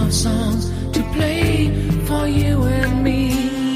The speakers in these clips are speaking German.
of songs to play for you and me.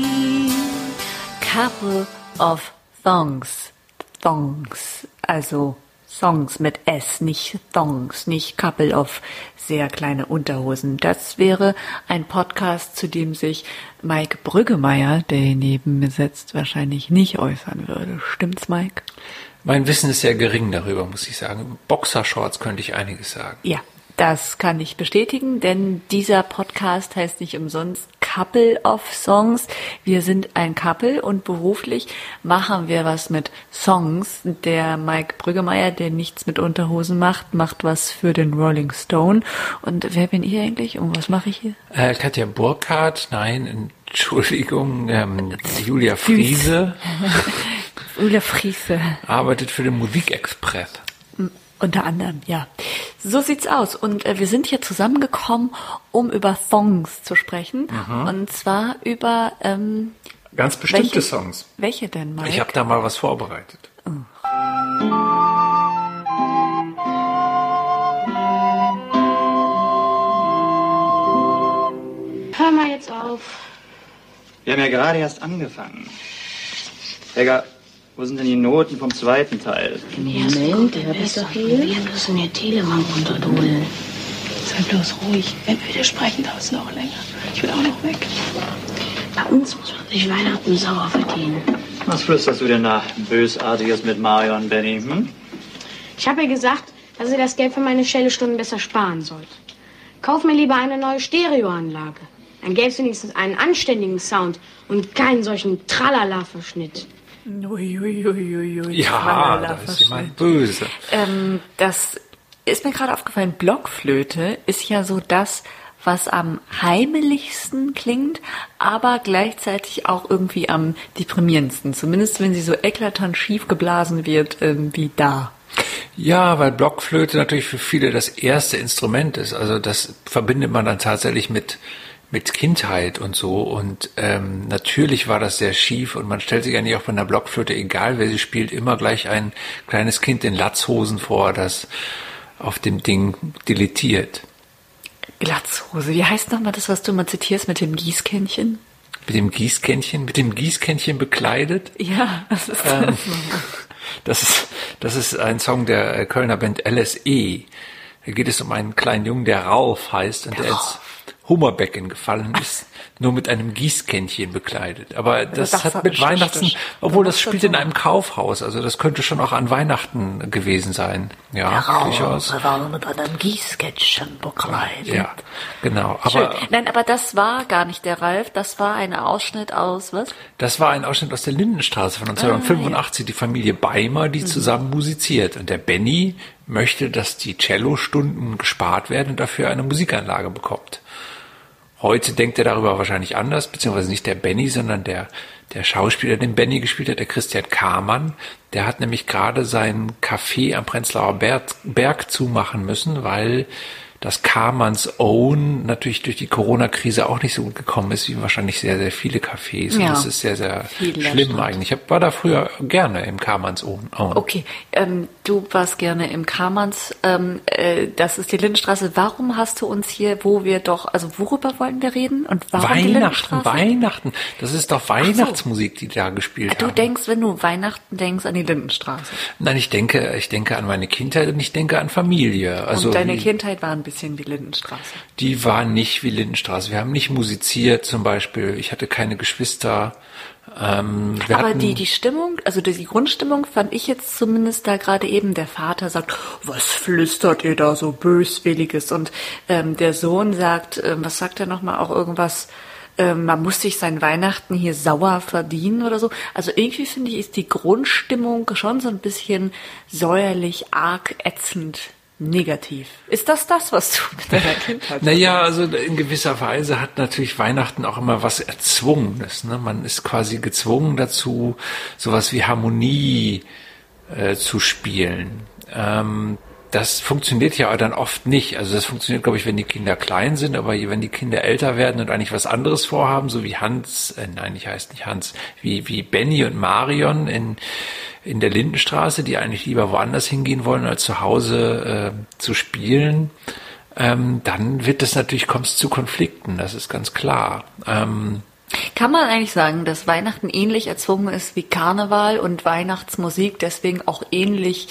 Couple of Thongs. Thongs, also Songs mit S, nicht Thongs, nicht Couple of sehr kleine Unterhosen. Das wäre ein Podcast, zu dem sich Mike Brüggemeier, der hier neben mir sitzt, wahrscheinlich nicht äußern würde. Stimmt's, Mike? Mein Wissen ist sehr gering darüber, muss ich sagen. Boxershorts könnte ich einiges sagen. Ja, das kann ich bestätigen, denn dieser Podcast heißt nicht umsonst Couple of Songs. Wir sind ein Couple und beruflich machen wir was mit Songs. Der Mike Brüggemeier, der nichts mit Unterhosen macht, macht was für den Rolling Stone. Und wer bin ich eigentlich und was mache ich hier? Katja Burkhardt, nein, Entschuldigung, Julia Friese. Julia Friese. Arbeitet für den Musikexpress. Unter anderem, ja. So sieht's aus. Und wir sind hier zusammengekommen, um über Songs zu sprechen. Und zwar über ganz bestimmte welche, Songs. Welche denn, Mike? Ich habe da mal was vorbereitet. Oh. Hör mal jetzt auf. Wir haben ja gerade erst angefangen. Helga, wo sind denn die Noten vom zweiten Teil? Moment, der ist doch hier. Wir müssen mir Telemann runterholen. Sei bloß ruhig. Wenn wir sprechen, dauert es noch länger. Ich will auch noch weg. Bei uns muss man sich Weihnachten sauer verdienen. Was flüsterst du denn da Bösartiges mit Mario und Benny, hm? Ich habe ihr gesagt, dass sie das Geld für meine Cellostunden besser sparen sollte. Kauf mir lieber eine neue Stereoanlage. Dann gäbe es wenigstens einen anständigen Sound und keinen solchen Tralala-Verschnitt. Ja, da ist jemand böse. Das ist mir gerade aufgefallen. Blockflöte ist ja so das, was am heimeligsten klingt, aber gleichzeitig auch irgendwie am deprimierendsten. Zumindest wenn sie so eklatant schief geblasen wird, wie da. Ja, weil Blockflöte natürlich für viele das erste Instrument ist. Also das verbindet man dann tatsächlich mit Kindheit und so. Und natürlich war das sehr schief und man stellt sich eigentlich auch bei einer Blockflöte, egal wer sie spielt, immer gleich ein kleines Kind in Latzhosen vor, das auf dem Ding dilettiert. Glatzhose. Wie heißt nochmal das, was du mal zitierst mit dem Gießkännchen? Mit dem Gießkännchen bekleidet? Ja, das ist das ist ein Song der Kölner Band LSE. Da geht es um einen kleinen Jungen, der Ralf heißt und der ins Hummerbecken gefallen ist, nur mit einem Gießkännchen bekleidet. Aber das hat mit Weihnachten, obwohl das spielt in einem Kaufhaus, also das könnte schon auch an Weihnachten gewesen sein. Ja, durchaus. war mit einem Gießkännchen bekleidet. Ja, genau. Aber nein, aber das war gar nicht der Ralf, das war ein Ausschnitt aus, was? Das war ein Ausschnitt aus der Lindenstraße von 1985, die Familie Beimer, die zusammen musiziert. Und der Benny möchte, dass die Cellostunden gespart werden und dafür eine Musikanlage bekommt. Heute denkt er darüber wahrscheinlich anders, beziehungsweise nicht der Benny, sondern der Schauspieler, den Benny gespielt hat, der Christian Kamann. Der hat nämlich gerade sein Café am Prenzlauer Berg zumachen müssen, weil das Kamanns Own natürlich durch die Corona-Krise auch nicht so gut gekommen ist, wie wahrscheinlich sehr, sehr viele Cafés. Ja. Und das ist sehr, sehr schlimm eigentlich. Ich war da früher gerne im Kamanns Own. Okay, du warst gerne im Kamanns, das ist die Lindenstraße. Warum hast du uns hier, worüber wollten wir reden? Und warum die Lindenstraße? Weihnachten. Das ist doch Weihnachtsmusik, die da gespielt haben. Du denkst, wenn du Weihnachten denkst, an die Lindenstraße. Nein, ich denke an meine Kindheit und ich denke an Familie. Also und deine Kindheit war ein bisschen wie Lindenstraße. Die war nicht wie Lindenstraße. Wir haben nicht musiziert zum Beispiel. Ich hatte keine Geschwister. Aber die Stimmung, also die Grundstimmung fand ich jetzt zumindest da gerade eben, der Vater sagt, was flüstert ihr da so Böswilliges? Und der Sohn sagt, was sagt er nochmal, auch irgendwas, man muss sich sein Weihnachten hier sauer verdienen oder so. Also irgendwie finde ich, ist die Grundstimmung schon so ein bisschen säuerlich, arg ätzend. Negativ. Ist das, was du mit deiner Kindheit Naja, also in gewisser Weise hat natürlich Weihnachten auch immer was Erzwungenes. Ne? Man ist quasi gezwungen dazu, sowas wie Harmonie zu spielen. Das funktioniert ja dann oft nicht. Also das funktioniert, glaube ich, wenn die Kinder klein sind, aber wenn die Kinder älter werden und eigentlich was anderes vorhaben, so wie wie Benny und Marion in der Lindenstraße, die eigentlich lieber woanders hingehen wollen, als zu Hause zu spielen, dann wird es natürlich, kommt es zu Konflikten, das ist ganz klar. Kann man eigentlich sagen, dass Weihnachten ähnlich erzwungen ist wie Karneval und Weihnachtsmusik deswegen auch ähnlich,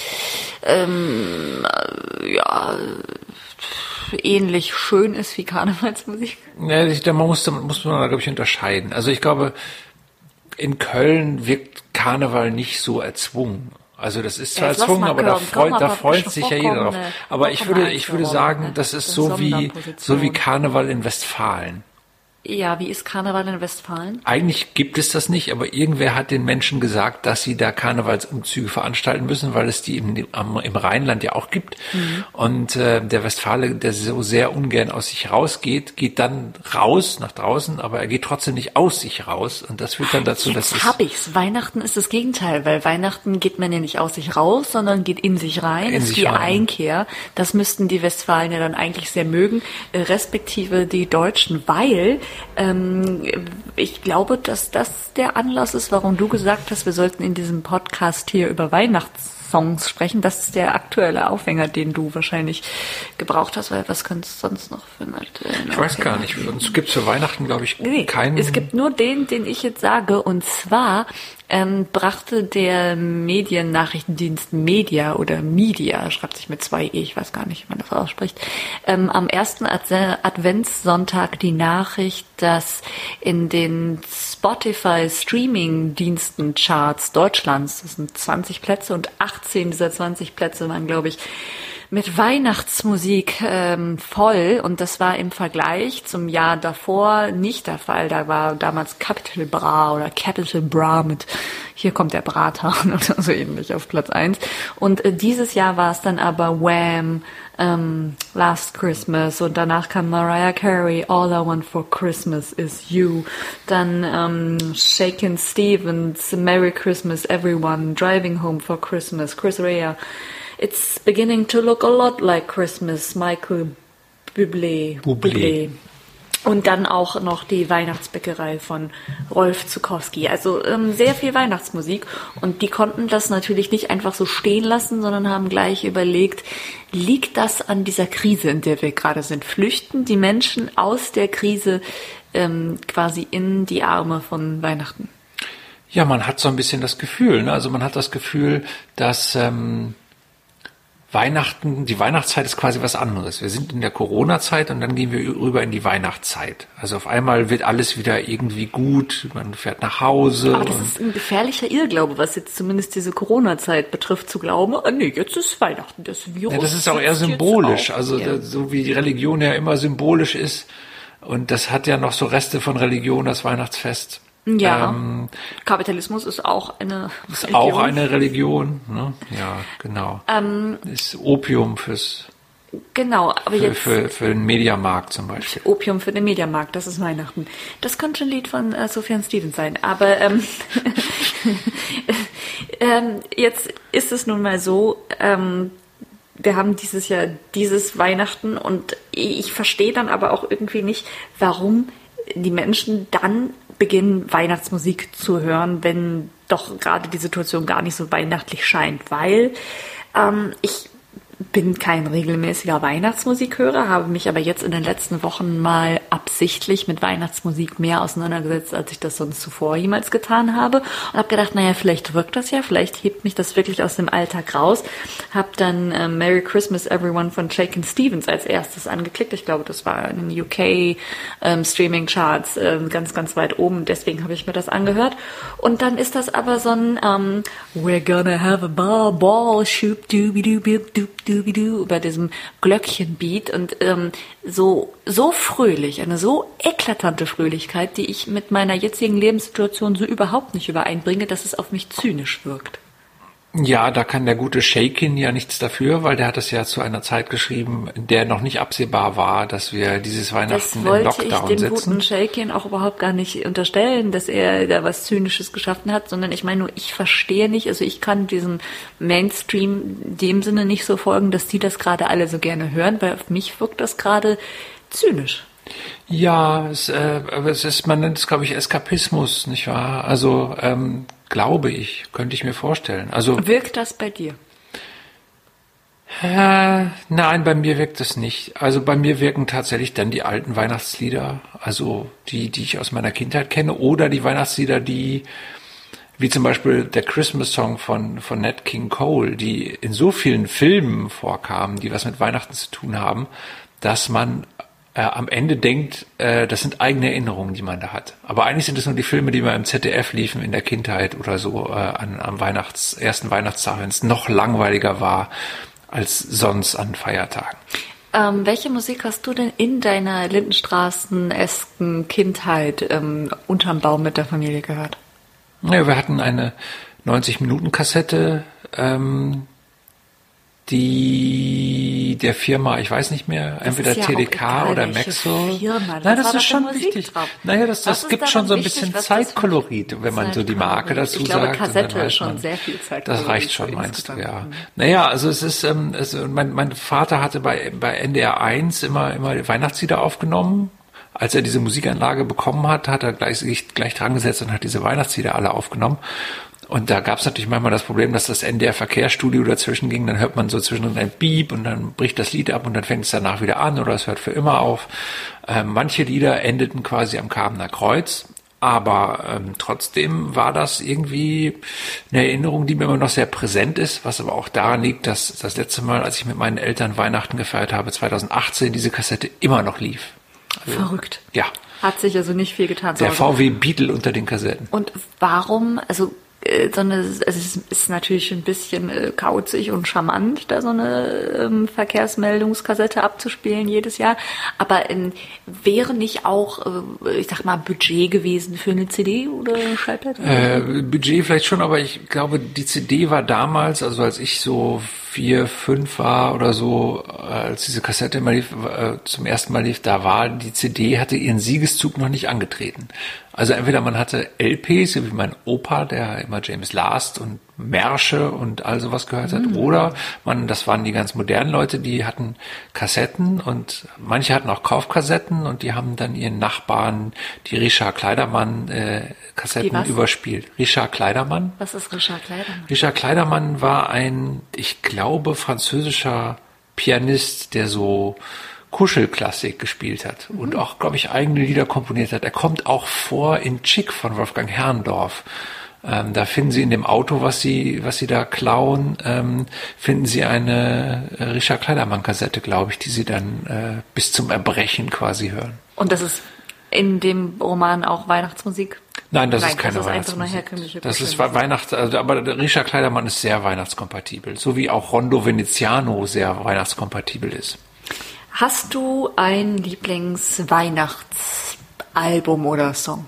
ähnlich schön ist wie Karnevalsmusik? Ja, muss man da, glaube ich, unterscheiden. Also ich glaube, in Köln wirkt Karneval nicht so erzwungen. Also das ist zwar erzwungen, aber da freut sich ja jeder drauf. Aber ich würde sagen, das ist so wie Karneval in Westfalen. Ja, wie ist Karneval in Westfalen? Eigentlich gibt es das nicht, aber irgendwer hat den Menschen gesagt, dass sie da Karnevalsumzüge veranstalten müssen, weil es die im Rheinland ja auch gibt. Mhm. Und der Westfale, der so sehr ungern aus sich rausgeht, geht dann raus nach draußen, aber er geht trotzdem nicht aus sich raus. Und das führt dann dazu, dass Jetzt hab ich's. Weihnachten ist das Gegenteil, weil Weihnachten geht man ja nicht aus sich raus, sondern geht in sich rein. Das ist die Einkehr. Das müssten die Westfalen ja dann eigentlich sehr mögen, respektive die Deutschen, weil ich glaube, dass das der Anlass ist, warum du gesagt hast, wir sollten in diesem Podcast hier über Weihnachtssongs sprechen. Das ist der aktuelle Aufhänger, den du wahrscheinlich gebraucht hast, weil was könnte es sonst noch für einen aktuellen Ich weiß gar nicht, sonst gibt es für Weihnachten, glaube ich, keinen. Es gibt nur den ich jetzt sage, und zwar brachte der Mediennachrichtendienst Media oder Media, schreibt sich mit 2 E, ich weiß gar nicht, wie man das ausspricht, am ersten Adventssonntag die Nachricht, dass in den Spotify-Streaming-Diensten-Charts Deutschlands, das sind 20 Plätze und 18 dieser 20 Plätze waren, glaube ich, mit Weihnachtsmusik voll, und das war im Vergleich zum Jahr davor nicht der Fall. Da war damals Capital Bra mit Hier kommt der Brathahn oder so ähnlich auf Platz 1. Und dieses Jahr war es dann aber Wham, Last Christmas, und danach kam Mariah Carey, All I Want for Christmas is You. Dann Shakin' Stevens, Merry Christmas Everyone, Driving Home for Christmas, Chris Rea, It's beginning to look a lot like Christmas, Michael Bublé. Und dann auch noch die Weihnachtsbäckerei von Rolf Zukowski. Also sehr viel Weihnachtsmusik. Und die konnten das natürlich nicht einfach so stehen lassen, sondern haben gleich überlegt, liegt das an dieser Krise, in der wir gerade sind? Flüchten die Menschen aus der Krise quasi in die Arme von Weihnachten? Ja, man hat so ein bisschen das Gefühl, ne? Also man hat das Gefühl, dass die Weihnachtszeit ist quasi was anderes. Wir sind in der Corona-Zeit und dann gehen wir rüber in die Weihnachtszeit. Also auf einmal wird alles wieder irgendwie gut, man fährt nach Hause. Aber das ist ein gefährlicher Irrglaube, was jetzt zumindest diese Corona-Zeit betrifft, zu glauben, nee, jetzt ist Weihnachten, das Virus. Ja, das ist auch eher symbolisch, also so wie die Religion ja immer symbolisch ist. Und das hat ja noch so Reste von Religion, das Weihnachtsfest. Ja, Kapitalismus ist auch eine Religion. Ist auch eine Religion, ne? Ja, genau. Ist Opium für den Mediamarkt zum Beispiel. Opium für den Mediamarkt, das ist Weihnachten. Das könnte ein Lied von Sufjan Stevens sein, aber jetzt ist es nun mal so, wir haben dieses Jahr dieses Weihnachten, und ich verstehe dann aber auch irgendwie nicht, warum die Menschen dann beginnen, Weihnachtsmusik zu hören, wenn doch gerade die Situation gar nicht so weihnachtlich scheint, weil ich bin kein regelmäßiger Weihnachtsmusikhörer, habe mich aber jetzt in den letzten Wochen mal absichtlich mit Weihnachtsmusik mehr auseinandergesetzt, als ich das sonst zuvor jemals getan habe, und habe gedacht, naja, vielleicht wirkt das ja, vielleicht hebt mich das wirklich aus dem Alltag raus. Habe dann Merry Christmas Everyone von Shakin' Stevens als erstes angeklickt. Ich glaube, das war in den UK Streaming Charts ganz, ganz weit oben, deswegen habe ich mir das angehört. Und dann ist das aber so ein We're gonna have a ball, shoop dooby doop doop über diesem Glöckchenbeat, und so fröhlich, eine so eklatante Fröhlichkeit, die ich mit meiner jetzigen Lebenssituation so überhaupt nicht übereinbringe, dass es auf mich zynisch wirkt. Ja, da kann der gute Shakin ja nichts dafür, weil der hat es ja zu einer Zeit geschrieben, in der noch nicht absehbar war, dass wir dieses Weihnachten im Lockdown sitzen. Das wollte ich dem guten Shakin auch überhaupt gar nicht unterstellen, dass er da was Zynisches geschaffen hat, sondern ich meine nur, ich verstehe nicht, also ich kann diesem Mainstream in dem Sinne nicht so folgen, dass die das gerade alle so gerne hören, weil auf mich wirkt das gerade zynisch. Ja, man nennt es, glaube ich, Eskapismus, nicht wahr? Also, glaube ich, könnte ich mir vorstellen. Also wirkt das bei dir? Nein, bei mir wirkt es nicht. Also bei mir wirken tatsächlich dann die alten Weihnachtslieder, also die ich aus meiner Kindheit kenne, oder die Weihnachtslieder, wie zum Beispiel der Christmas Song von Nat King Cole, die in so vielen Filmen vorkamen, die was mit Weihnachten zu tun haben, dass man am Ende denkt, das sind eigene Erinnerungen, die man da hat. Aber eigentlich sind es nur die Filme, die mal im ZDF liefen in der Kindheit oder so am ersten Weihnachtstag, wenn es noch langweiliger war als sonst an Feiertagen. Welche Musik hast du denn in deiner Lindenstraßen-esken Kindheit unterm Baum mit der Familie gehört? Ja, wir hatten eine 90-Minuten-Kassette, die der Firma, ich weiß nicht mehr, entweder ja TDK oder Maxo. Nein, das ist schon wichtig. Naja, das gibt schon so ein bisschen Zeitkolorit, wenn man so die Marke dazu sagt. Ich glaube, Kassette ist schon sehr viel Zeitkolorit. Das reicht schon, meinst du, ja. Naja, also es ist, mein Vater hatte bei NDR 1 immer Weihnachtslieder aufgenommen. Als er diese Musikanlage bekommen hat, hat er gleich dran gesetzt und hat diese Weihnachtslieder alle aufgenommen. Und da gab es natürlich manchmal das Problem, dass das NDR-Verkehrsstudio dazwischen ging. Dann hört man so zwischendrin ein Beep und dann bricht das Lied ab und dann fängt es danach wieder an oder es hört für immer auf. Manche Lieder endeten quasi am Kamener Kreuz. Aber trotzdem war das irgendwie eine Erinnerung, die mir immer noch sehr präsent ist, was aber auch daran liegt, dass das letzte Mal, als ich mit meinen Eltern Weihnachten gefeiert habe, 2018, diese Kassette immer noch lief. Also, verrückt. Ja. Hat sich also nicht viel getan. Der VW Beetle unter den Kassetten. Und warum, es ist natürlich ein bisschen kauzig und charmant, da so eine Verkehrsmeldungskassette abzuspielen jedes Jahr. Aber wäre nicht auch, ich sag mal, Budget gewesen für eine CD oder Schallplatte? Budget vielleicht schon, aber ich glaube, die CD war damals, also als ich so 4, 5 war oder so, als diese Kassette mal zum ersten Mal lief, die CD hatte ihren Siegeszug noch nicht angetreten. Also entweder man hatte LPs, wie mein Opa, der immer James Last und Märsche und all sowas gehört hat, oder das waren die ganz modernen Leute, die hatten Kassetten und manche hatten auch Kaufkassetten und die haben dann ihren Nachbarn die Richard Kleidermann Kassetten überspielt. Richard Kleidermann? Was ist Richard Kleidermann? Richard Kleidermann war ein, ich glaube, französischer Pianist, der so Kuschelklassik gespielt hat und auch, glaube ich, eigene Lieder komponiert hat. Er kommt auch vor in Chick von Wolfgang Herrndorf. Da finden Sie in dem Auto, was Sie da klauen, finden Sie eine Richard Kleidermann-Kassette, glaube ich, die Sie dann bis zum Erbrechen quasi hören. Und das ist in dem Roman auch Weihnachtsmusik? Nein, das ist keine das ist Weihnachtsmusik. Einfach nur herkömmliche das ist Weihnachts, aber Richard Kleidermann ist sehr weihnachtskompatibel, so wie auch Rondo Veneziano sehr weihnachtskompatibel ist. Hast du ein Lieblings-Weihnachtsalbum oder Song?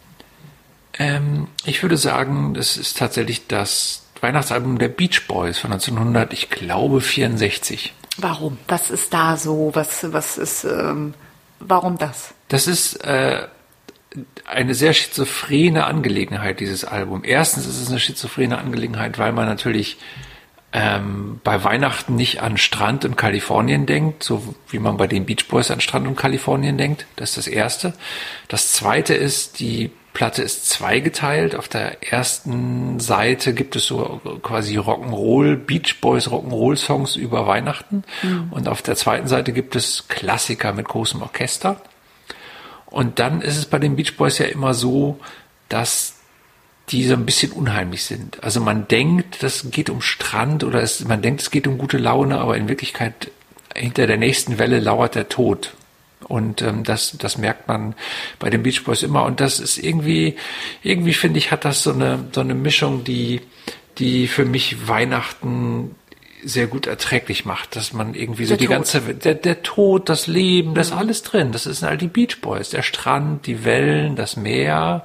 Ich würde sagen, das ist tatsächlich das Weihnachtsalbum der Beach Boys von 1964. Warum? Was ist da so? Was ist, warum das? Das ist eine sehr schizophrene Angelegenheit, dieses Album. Erstens ist es eine schizophrene Angelegenheit, weil man natürlich bei Weihnachten nicht an Strand und Kalifornien denkt, so wie man bei den Beach Boys an Strand und Kalifornien denkt. Das ist das Erste. Das Zweite ist, die Platte ist zweigeteilt. Auf der ersten Seite gibt es so quasi Rock'n'Roll, Beach Boys Rock'n'Roll Songs über Weihnachten. Und auf der zweiten Seite gibt es Klassiker mit großem Orchester. Und dann ist es bei den Beach Boys ja immer so, dass die so ein bisschen unheimlich sind. Also man denkt, das geht um Strand oder man denkt, es geht um gute Laune, aber in Wirklichkeit hinter der nächsten Welle lauert der Tod. Und das merkt man bei den Beach Boys immer. Und das ist irgendwie finde ich, hat das so eine Mischung, die für mich Weihnachten sehr gut erträglich macht, dass man irgendwie so der Tod, das Leben, das ist alles drin. Das sind all die Beach Boys, der Strand, die Wellen, das Meer,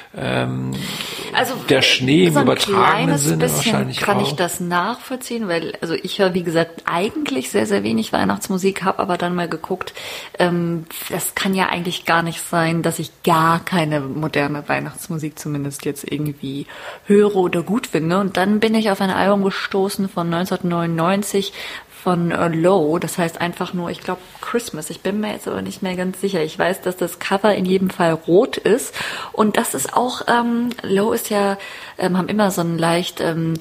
der Schnee im übertragenen Sinne wahrscheinlich auch. Kann ich das nachvollziehen, weil ich höre, wie gesagt, eigentlich sehr, sehr wenig Weihnachtsmusik, habe aber dann mal geguckt, das kann ja eigentlich gar nicht sein, dass ich gar keine moderne Weihnachtsmusik zumindest jetzt irgendwie höre oder gut finde. Und dann bin ich auf ein Album gestoßen von 1999 von Low, das heißt einfach nur, ich glaube, Christmas. Ich bin mir jetzt aber nicht mehr ganz sicher. Ich weiß, dass das Cover in jedem Fall rot ist. Und das ist auch, Low ist ja, haben immer so einen leicht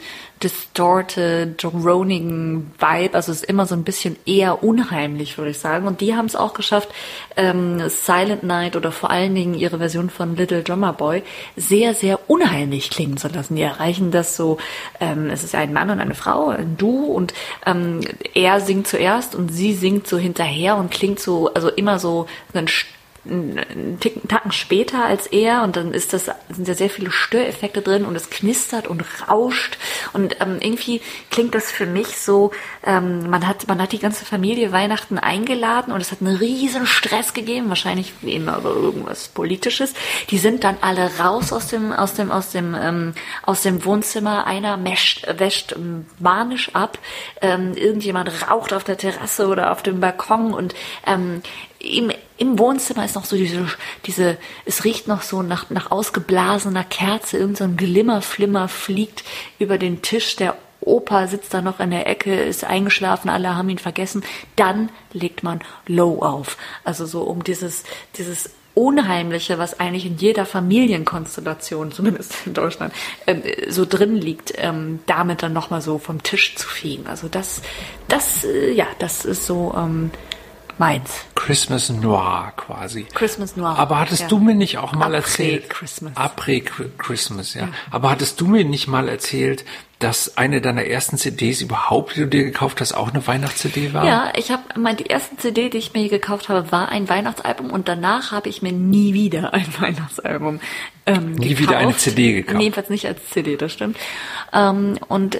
distorted, dronigen Vibe. Also es ist immer so ein bisschen eher unheimlich, würde ich sagen. Und die haben es auch geschafft, Silent Night oder vor allen Dingen ihre Version von Little Drummer Boy sehr, sehr unheimlich klingen zu lassen. Die erreichen das so, es ist ein Mann und eine Frau, ein Duo, und er singt zuerst und sie singt so hinterher und klingt so, also immer so einen Tacken später als er, und dann sind ja sehr viele Störeffekte drin und es knistert und rauscht und irgendwie klingt das für mich so, man hat die ganze Familie Weihnachten eingeladen und es hat einen riesen Stress gegeben, wahrscheinlich wie immer über irgendwas Politisches. Die sind dann alle raus aus dem Wohnzimmer, einer wäscht manisch ab, irgendjemand raucht auf der Terrasse oder auf dem Balkon, und im Wohnzimmer ist noch so es riecht noch so nach ausgeblasener Kerze, irgend so ein Glimmerflimmer fliegt über den Tisch, der Opa sitzt da noch in der Ecke, ist eingeschlafen, alle haben ihn vergessen. Dann legt man Low auf. Also so um dieses Unheimliche, was eigentlich in jeder Familienkonstellation, zumindest in Deutschland, so drin liegt, damit dann nochmal so vom Tisch zu fegen. Also das ist so meins. Christmas Noir quasi. Christmas Noir. Aber hattest du mir nicht auch mal erzählt? Christmas. Après-Christmas, ja. Aber hattest du mir nicht mal erzählt, dass eine deiner ersten CDs überhaupt, die du dir gekauft hast, auch eine Weihnachts-CD war? Ja, die erste CD, die ich mir gekauft habe, war ein Weihnachtsalbum, und danach habe ich mir nie wieder ein Weihnachtsalbum nie wieder eine CD gekauft? Jedenfalls nicht als CD, das stimmt. Du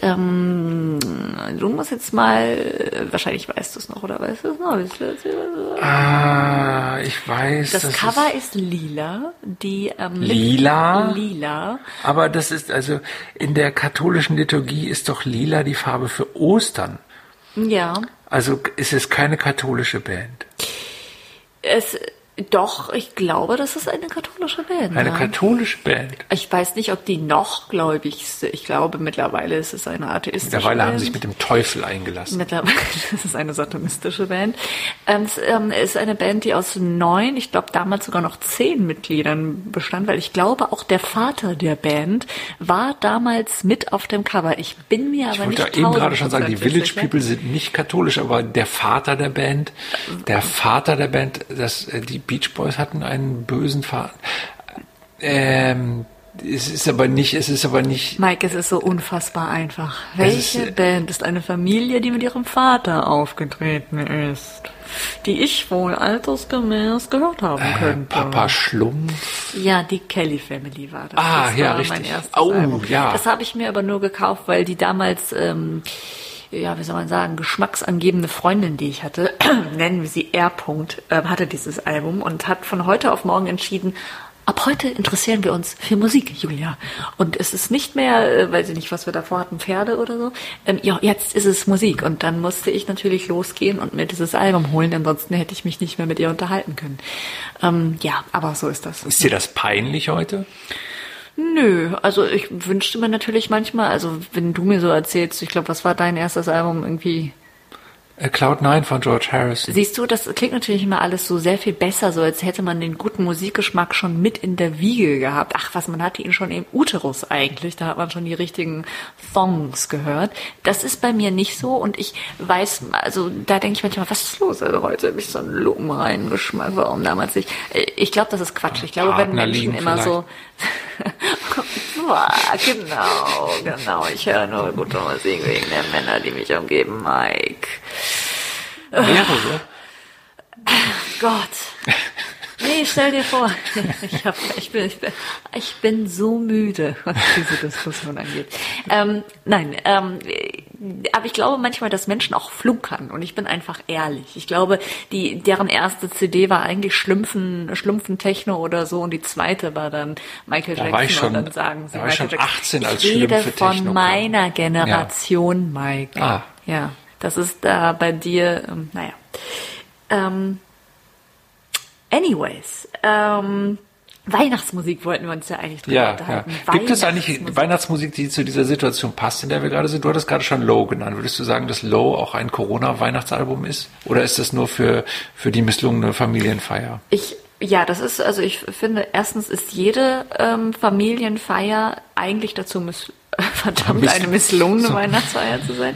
musst jetzt mal, wahrscheinlich weißt du es noch, oder weißt du es noch? Ich weiß. Das Cover ist lila. Lila? Lila. Aber das ist, also in der katholischen Liturgie ist doch lila die Farbe für Ostern. Ja. Also ist es keine katholische Band? Doch, ich glaube, das ist eine katholische Band. Eine katholische Band? Ich weiß nicht, ob die noch gläubig sind. Ich glaube, mittlerweile ist es eine atheistische Band. Mittlerweile haben sie sich mit dem Teufel eingelassen. Mittlerweile ist es eine satanistische Band. Es ist eine Band, die aus 9, ich glaube damals sogar noch 10 Mitgliedern bestand, weil ich glaube, auch der Vater der Band war damals mit auf dem Cover. Ich bin mir aber nicht sicher. Ich wollte eben gerade schon sagen, die Village People sind nicht katholisch, aber der Vater der Band, die Beach Boys hatten einen bösen Vater. Es ist aber nicht. Mike, es ist so unfassbar einfach. Welche Band ist eine Familie, die mit ihrem Vater aufgetreten ist? Die ich wohl altersgemäß gehört haben könnte. Papa Schlumpf? Ja, die Kelly Family war das. Das war richtig. Mein erstes Album. Ja. Das habe ich mir aber nur gekauft, weil die damals, wie soll man sagen, geschmacksangebende Freundin, die ich hatte, nennen wir sie R. Hatte dieses Album und hat von heute auf morgen entschieden, ab heute interessieren wir uns für Musik, Julia. Und es ist nicht mehr, weiß ich nicht, was wir davor hatten, Pferde oder so. Jetzt ist es Musik. Und dann musste ich natürlich losgehen und mir dieses Album holen, ansonsten hätte ich mich nicht mehr mit ihr unterhalten können. Aber so ist das. Ist dir das peinlich heute? Nö, also ich wünschte mir natürlich manchmal, also wenn du mir so erzählst, ich glaube, was war dein erstes Album irgendwie? Cloud9 von George Harrison. Siehst du, das klingt natürlich immer alles so sehr viel besser, so als hätte man den guten Musikgeschmack schon mit in der Wiege gehabt. Ach was, man hatte ihn schon im Uterus eigentlich, da hat man schon die richtigen Songs gehört. Das ist bei mir nicht so und ich weiß, also da denke ich manchmal, was ist los? Also heute habe ich so einen Lumpen reingeschmeckt, warum damals nicht? Ich glaube, das ist Quatsch. Ich glaube, wenn Menschen immer so... Genau. Ich höre nur gute Musik wegen der Männer, die mich umgeben, Mike. Mehrere? Gott. Nee, stell dir vor, ich bin so müde, was diese Diskussion angeht. Aber ich glaube manchmal, dass Menschen auch flunkern und ich bin einfach ehrlich. Ich glaube, deren erste CD war eigentlich Schlumpfen Techno oder so und die zweite war dann Michael Jackson und dann sagen sie da war ich schon 18 als Schlumpfe Techno. Ich rede von meiner Generation, ja. Mike. Ah. Ja, das ist da bei dir, anyways, Weihnachtsmusik wollten wir uns ja eigentlich drüber unterhalten. Ja. Gibt es eigentlich Weihnachtsmusik, die zu dieser Situation passt, in der wir gerade sind? Du hattest gerade schon Low genannt. Würdest du sagen, dass Low auch ein Corona-Weihnachtsalbum ist? Oder ist das nur für die misslungene Familienfeier? Ich finde, erstens ist jede Familienfeier eigentlich dazu verdammt eine misslungene Weihnachtsfeier zu sein.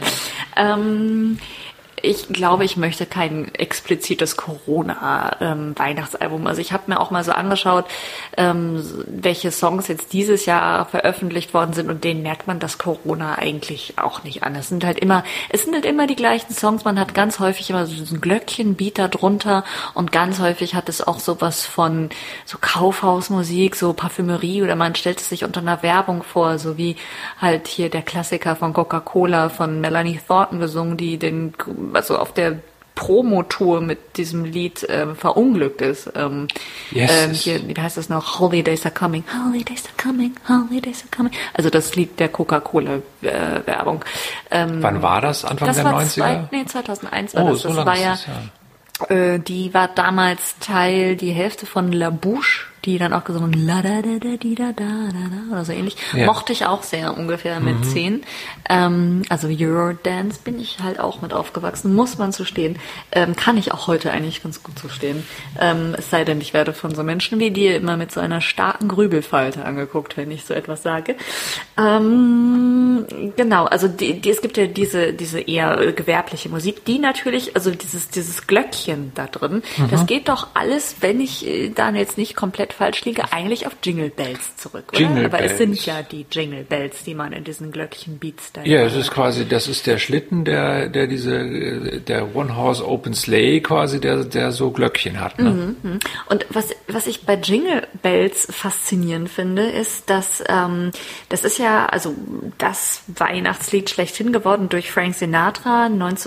Ich glaube, ich möchte kein explizites Corona-Weihnachtsalbum. Also ich habe mir auch mal so angeschaut, welche Songs jetzt dieses Jahr veröffentlicht worden sind, und denen merkt man das Corona eigentlich auch nicht an. Es sind halt immer die gleichen Songs. Man hat ganz häufig immer so diesen Glöckchenbeat da drunter, und ganz häufig hat es auch sowas von so Kaufhausmusik, so Parfümerie, oder man stellt es sich unter einer Werbung vor, so wie halt hier der Klassiker von Coca-Cola von Melanie Thornton gesungen, die also auf der Promotour mit diesem Lied verunglückt ist. Hier, wie heißt das noch? Holidays are coming, holidays are coming, holidays are coming. Also das Lied der Coca-Cola-Werbung. Wann war das? Anfang der 90er? 2001 war das. So das lange war ist das, ja. Die war damals die Hälfte von La Bouche, die dann auch gesungen la da da da di da da da oder so ähnlich. Ja. Mochte ich auch sehr, ungefähr mit 10. Also Eurodance bin ich halt auch mit aufgewachsen, muss man zustehen. Kann ich auch heute eigentlich ganz gut zustehen. Es sei denn, ich werde von so Menschen wie dir immer mit so einer starken Grübelfalte angeguckt, wenn ich so etwas sage. Genau, also es gibt ja diese eher gewerbliche Musik, die natürlich, also dieses Glöckchen da drin, das geht doch alles, wenn ich da jetzt nicht komplett falsch liege, eigentlich auf Jingle Bells zurück, oder? Jingle Aber Bells. Es sind ja die Jingle Bells, die man in diesen Glöckchen-Beats da... Ja, das ist der Schlitten, der One-Horse Open Sleigh quasi, der so Glöckchen hat, ne? Und was ich bei Jingle Bells faszinierend finde, ist, dass das ist ja also das Weihnachtslied schlechthin geworden durch Frank Sinatra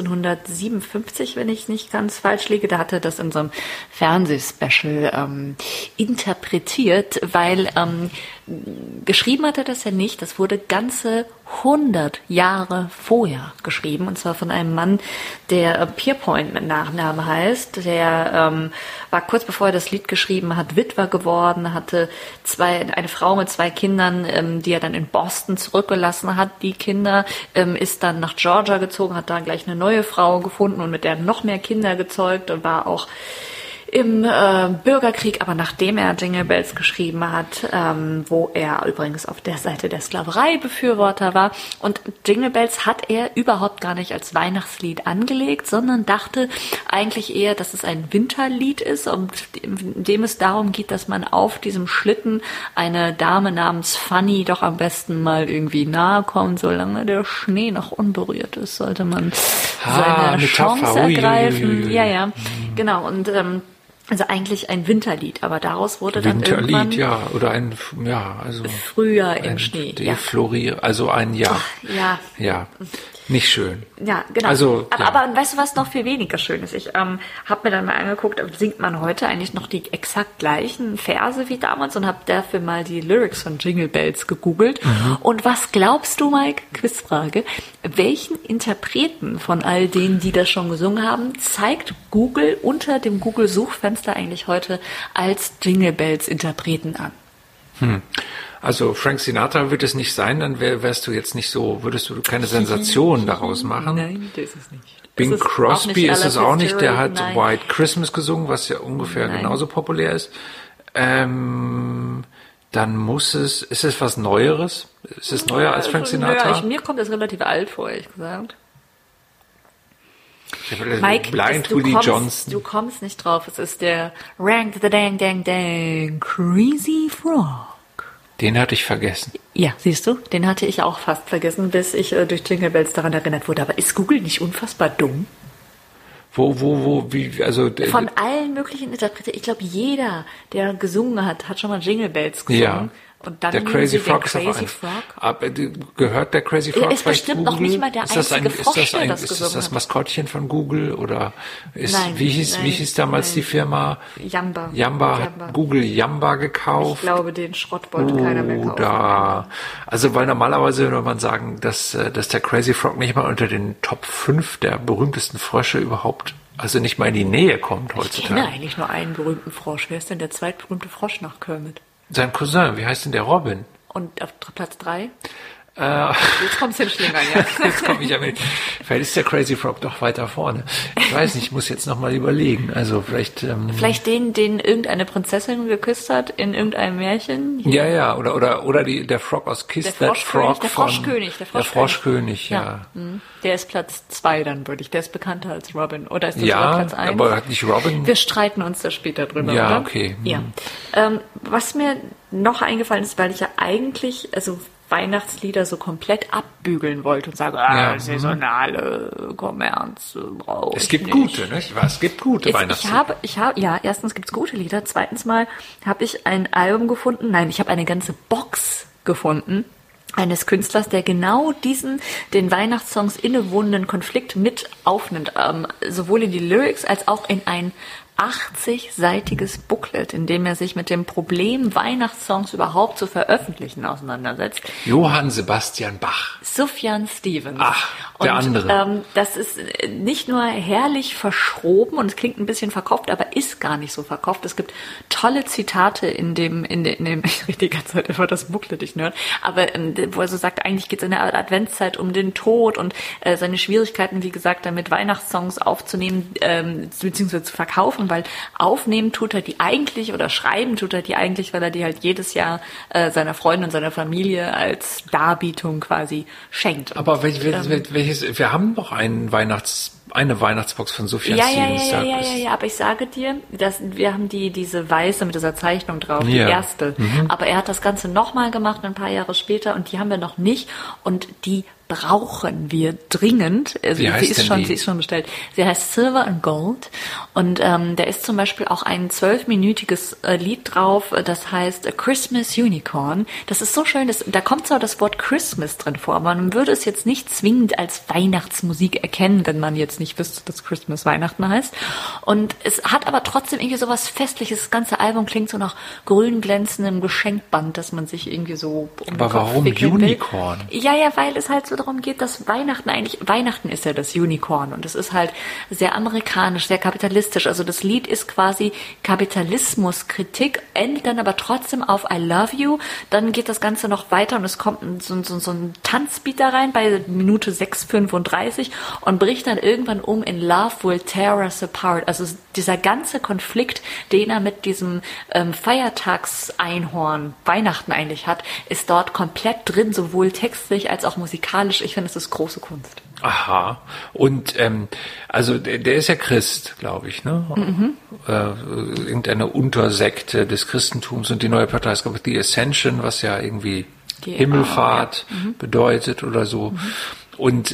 1957, wenn ich nicht ganz falsch liege. Da hatte das in so einem Fernsehspecial interpretiert, weil geschrieben hat er das ja nicht. Das wurde ganze 100 Jahre vorher geschrieben, und zwar von einem Mann, der Pierpoint mit Nachnamen heißt. Der war kurz bevor er das Lied geschrieben hat, Witwer geworden, hatte eine Frau mit 2 Kindern, die er dann in Boston zurückgelassen hat. Die Kinder ist dann nach Georgia gezogen, hat da gleich eine neue Frau gefunden und mit der noch mehr Kinder gezeugt und war auch im Bürgerkrieg, aber nachdem er Jingle Bells geschrieben hat, wo er übrigens auf der Seite der Sklaverei-Befürworter war. Und Jingle Bells hat er überhaupt gar nicht als Weihnachtslied angelegt, sondern dachte eigentlich eher, dass es ein Winterlied ist, und in dem es darum geht, dass man auf diesem Schlitten eine Dame namens Fanny doch am besten mal irgendwie nahe kommt. Solange der Schnee noch unberührt ist, sollte man seine Chance ergreifen. Ja, genau. Und also eigentlich ein Winterlied, aber daraus wurde dann irgendwann... ja, oder Frühjahr im Schnee, also ein Jahr. Ja. Ja, nicht schön. Ja, genau. Also, aber weißt du, was noch viel weniger schön ist? Ich habe mir dann mal angeguckt, singt man heute eigentlich noch die exakt gleichen Verse wie damals, und habe dafür mal die Lyrics von Jingle Bells gegoogelt. Und was glaubst du, Mike? Quizfrage. Welchen Interpreten von all denen, die das schon gesungen haben, zeigt Google unter dem Google-Suchfenster eigentlich heute als Jingle Bells Interpreten an? Also Frank Sinatra wird es nicht sein, dann würdest du keine Sensation daraus machen. Nein, das ist es nicht. Bing Crosby ist es auch nicht, der hat Nein. White Christmas gesungen, was ja ungefähr genauso populär ist. Dann ist es was Neueres? Ist es neuer als Frank Sinatra? Ja, mir kommt das relativ alt vor, ehrlich gesagt. Mike, Blind Willie Johnson. Du kommst nicht drauf. Es ist der Rank the Dang Dang Dang Crazy Frog. Den hatte ich vergessen. Ja, siehst du, den hatte ich auch fast vergessen, bis ich durch Jingle Bells daran erinnert wurde. Aber ist Google nicht unfassbar dumm? Von allen möglichen Interpreten. Ich glaube, jeder, der gesungen hat schon mal Jingle Bells gesungen. Ja. Und dann der Crazy Frog ist Crazy auch Frog. Gehört der Crazy Frog ist bestimmt noch nicht mal der einzige Frosch, der das Ist gesungen das das hat. Maskottchen von Google oder Nein, wie hieß damals die Firma? Jamba. Hat Google Jamba gekauft. Ich glaube, den Schrott wollte keiner mehr kaufen. Also weil normalerweise würde man sagen, dass der Crazy Frog nicht mal unter den Top 5 der berühmtesten Frösche überhaupt, also nicht mal in die Nähe kommt heutzutage. Ich kenne eigentlich nur einen berühmten Frosch. Wer ist denn der zweitberühmte Frosch nach Kermit? Sein Cousin, wie heißt denn der? Robin? Und auf Platz 3? Jetzt kommst du in Schlingern, ja. Jetzt komme ich ja mit. Vielleicht ist der Crazy Frog doch weiter vorne. Ich weiß nicht, ich muss jetzt nochmal überlegen. Also vielleicht... Vielleicht den irgendeine Prinzessin geküsst hat in irgendeinem Märchen. Ja, oder der Frog aus Kiss That Frog. Der Froschkönig. Der Froschkönig, ja. Der ist Platz 2 dann, würde ich. Der ist bekannter als Robin. Oder ist das sogar Platz 1? Aber hat nicht Robin... Wir streiten uns da später drüber, ja, oder? Okay. Ja, was mir noch eingefallen ist, weil ich ja eigentlich, Weihnachtslieder so komplett abbügeln wollte und sage, saisonale Kommerz brauche ich Es gibt nicht. Gute, nicht? Es gibt gute Weihnachtslieder. Erstens gibt's gute Lieder, zweitens mal habe ich ein Album gefunden, ich habe eine ganze Box gefunden eines Künstlers, der genau den Weihnachtssongs innewohnenden Konflikt mit aufnimmt, sowohl in die Lyrics als auch in ein 80-seitiges Booklet, in dem er sich mit dem Problem, Weihnachtssongs überhaupt zu veröffentlichen, auseinandersetzt. Johann Sebastian Bach. Sufjan Stevens. Ach, der andere. Das ist nicht nur herrlich verschroben und es klingt ein bisschen verkopft, aber ist gar nicht so verkopft. Es gibt tolle Zitate in dem ich rede die ganze Zeit über das Booklet, ich nerd, aber wo er so sagt, eigentlich geht es in der Adventszeit um den Tod und seine Schwierigkeiten, wie gesagt, damit Weihnachtssongs aufzunehmen, beziehungsweise zu verkaufen, weil aufnehmen tut er die eigentlich oder schreiben tut er die eigentlich, weil er die halt jedes Jahr seiner Freundin und seiner Familie als Darbietung quasi schenkt. Aber wir haben doch eine Weihnachtsbox von Sufjan Stevens. Ja, aber ich sage dir, wir haben diese weiße mit dieser Zeichnung drauf, die erste. Aber er hat das Ganze nochmal gemacht, ein paar Jahre später, und die haben wir noch nicht, und die brauchen wir dringend. Also sie ist schon bestellt. Sie heißt Silver and Gold, und da ist zum Beispiel auch ein 12-minütiges Lied drauf, das heißt A Christmas Unicorn. Das ist so schön, da kommt zwar das Wort Christmas drin vor, aber man würde es jetzt nicht zwingend als Weihnachtsmusik erkennen, wenn man jetzt nicht wüsste, dass Christmas Weihnachten heißt. Und es hat aber trotzdem irgendwie so was Festliches. Das ganze Album klingt so nach grün glänzendem Geschenkband, dass man sich irgendwie so um Aber den Kopf warum wickeln Unicorn? Will. Ja, weil es halt so darum geht, dass Weihnachten ist ja das Unicorn, und es ist halt sehr amerikanisch, sehr kapitalistisch. Also das Lied ist quasi Kapitalismuskritik, endet dann aber trotzdem auf I Love You. Dann geht das Ganze noch weiter und es kommt so ein Tanzbeat da rein bei Minute 6:35 und bricht dann irgendwann um in Love Will Tear Us Apart. Also dieser ganze Konflikt, den er mit diesem Feiertagseinhorn Weihnachten eigentlich hat, ist dort komplett drin, sowohl textlich als auch musikalisch. Ich finde, es ist große Kunst. Aha. Und also der ist ja Christ, glaube ich, ne? Irgendeine Untersekte des Christentums, und die neue Partei ist, glaube ich, die Ascension, was ja irgendwie die Himmelfahrt bedeutet oder so. Und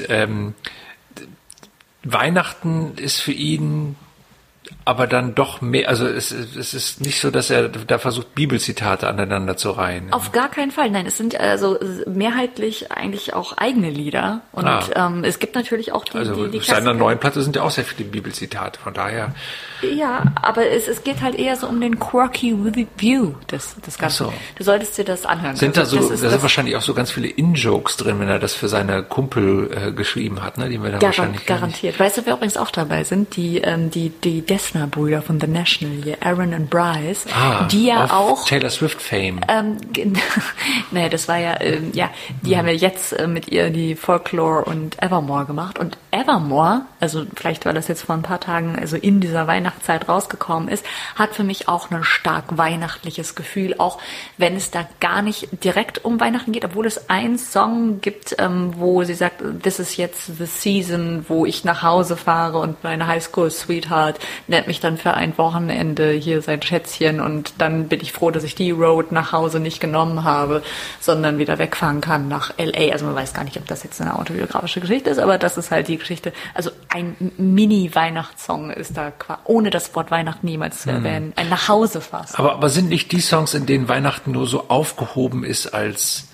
Weihnachten ist für ihn aber dann doch mehr, also es ist nicht so, dass er da versucht, Bibelzitate aneinander zu reihen. Auf gar keinen Fall, nein. Es sind also mehrheitlich eigentlich auch eigene Lieder. Und es gibt natürlich auch die auf seiner neuen Platte sind ja auch sehr viele Bibelzitate, von daher. Ja, aber es geht halt eher so um den quirky View des Ganzen. So. Du solltest dir das anhören. Da sind wahrscheinlich auch so ganz viele In-Jokes drin, wenn er das für seine Kumpel geschrieben hat, ne? Die wir dann wahrscheinlich garantiert. Weißt du, wer übrigens auch dabei sind? Die Dessner-Brüder von The National hier, Aaron und Bryce, die ja auch Taylor Swift Fame. Naja, das war die haben ja jetzt mit ihr die Folklore und Evermore gemacht, und Evermore, also vielleicht weil das jetzt vor ein paar Tagen also in dieser Weihnachtszeit rausgekommen ist, hat für mich auch ein stark weihnachtliches Gefühl, auch wenn es da gar nicht direkt um Weihnachten geht, obwohl es einen Song gibt, wo sie sagt, this is jetzt the season, wo ich nach Hause fahre und meine Highschool-Sweetheart nennt mich dann für ein Wochenende hier sein Schätzchen, und dann bin ich froh, dass ich die Road nach Hause nicht genommen habe, sondern wieder wegfahren kann nach L.A. Also man weiß gar nicht, ob das jetzt eine autobiografische Geschichte ist, aber das ist halt die Geschichte. Also ein Mini-Weihnachtssong ist da ohne das Wort Weihnachten niemals zu erwähnen, ein Nachhausefass. Aber sind nicht die Songs, in denen Weihnachten nur so aufgehoben ist als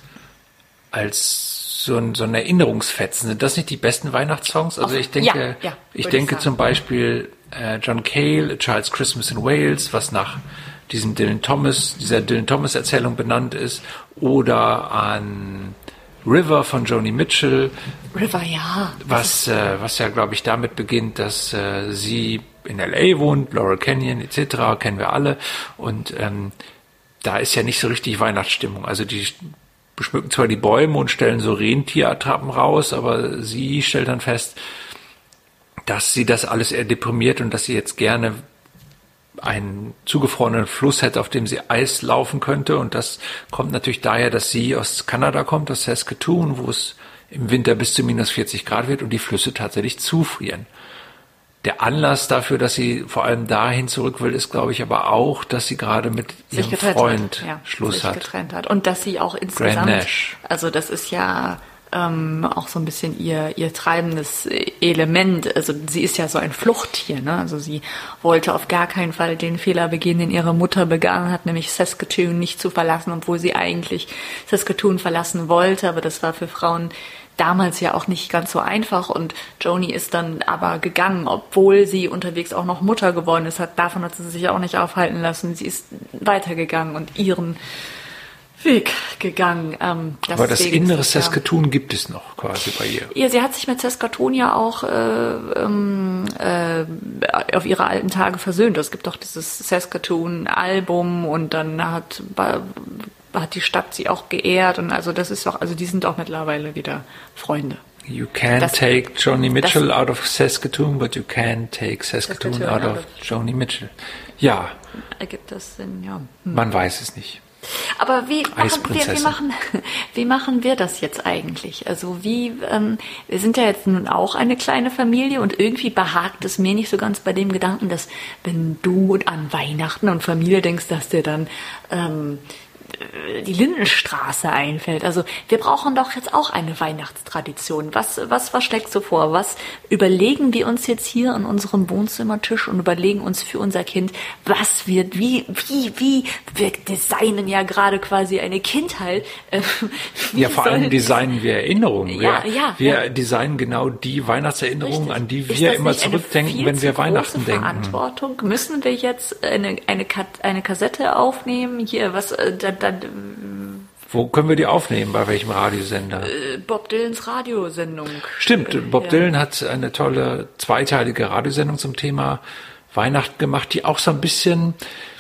so ein Erinnerungsfetzen, sind das nicht die besten Weihnachtssongs? Also ich denke zum Beispiel John Cale, A Child's Christmas in Wales, was nach dieser Dylan Thomas Erzählung benannt ist, oder an River von Joni Mitchell. River, ja. Was ja, glaube ich, damit beginnt, dass sie in L.A. wohnt, Laurel Canyon etc., kennen wir alle. Und da ist ja nicht so richtig Weihnachtsstimmung. Also beschmücken zwar die Bäume und stellen so Rentierattrappen raus, aber sie stellt dann fest, dass sie das alles eher deprimiert und dass sie jetzt gerne einen zugefrorenen Fluss hätte, auf dem sie Eis laufen könnte. Und das kommt natürlich daher, dass sie aus Kanada kommt, aus Saskatoon, wo es im Winter bis zu minus 40 Grad wird und die Flüsse tatsächlich zufrieren. Der Anlass dafür, dass sie vor allem dahin zurück will, ist, glaube ich, aber auch, dass sie gerade mit ihrem Freund Schluss hat. Getrennt hat. Und dass sie auch insgesamt, also das ist ja auch so ein bisschen ihr treibendes Element. Also sie ist ja so ein Fluchttier, ne? Also sie wollte auf gar keinen Fall den Fehler begehen, den ihre Mutter begangen hat, nämlich Saskatoon nicht zu verlassen, obwohl sie eigentlich Saskatoon verlassen wollte. Aber das war für Frauen damals ja auch nicht ganz so einfach. Und Joni ist dann aber gegangen, obwohl sie unterwegs auch noch Mutter geworden ist. Davon hat sie sich auch nicht aufhalten lassen. Sie ist weitergegangen und ihren Weg gegangen. Aber das innere Saskatoon gibt es noch quasi bei ihr. Ja, sie hat sich mit Saskatoon ja auch auf ihre alten Tage versöhnt. Es gibt doch dieses Saskatoon-Album und dann hat die Stadt sie auch geehrt und also das ist auch, also die sind auch mittlerweile wieder Freunde. You can't take Joni Mitchell out of Saskatoon, but you can take Saskatoon out of Joni Mitchell. Ja. Ergibt das Sinn, ja. Man weiß es nicht. Aber wie machen wir das jetzt eigentlich? Also wir sind ja jetzt nun auch eine kleine Familie und irgendwie behagt es mir nicht so ganz bei dem Gedanken, dass wenn du an Weihnachten und Familie denkst, dass dir dann die Lindenstraße einfällt. Also wir brauchen doch jetzt auch eine Weihnachtstradition. Was schlägst du vor? Was überlegen wir uns jetzt hier an unserem Wohnzimmertisch und überlegen uns für unser Kind, was wird, wie wir designen ja gerade quasi eine Kindheit. Ja, vor allem designen wir Erinnerungen. Wir designen genau die Weihnachtserinnerungen, an die wir immer zurückdenken, wenn wir Weihnachten denken. Verantwortung? Müssen wir jetzt eine Kassette aufnehmen? Hier, wo können wir die aufnehmen? Bei welchem Radiosender? Bob Dylans Radiosendung. Stimmt, Bob Dylan hat eine tolle zweiteilige Radiosendung zum Thema Weihnachten gemacht, die auch so ein bisschen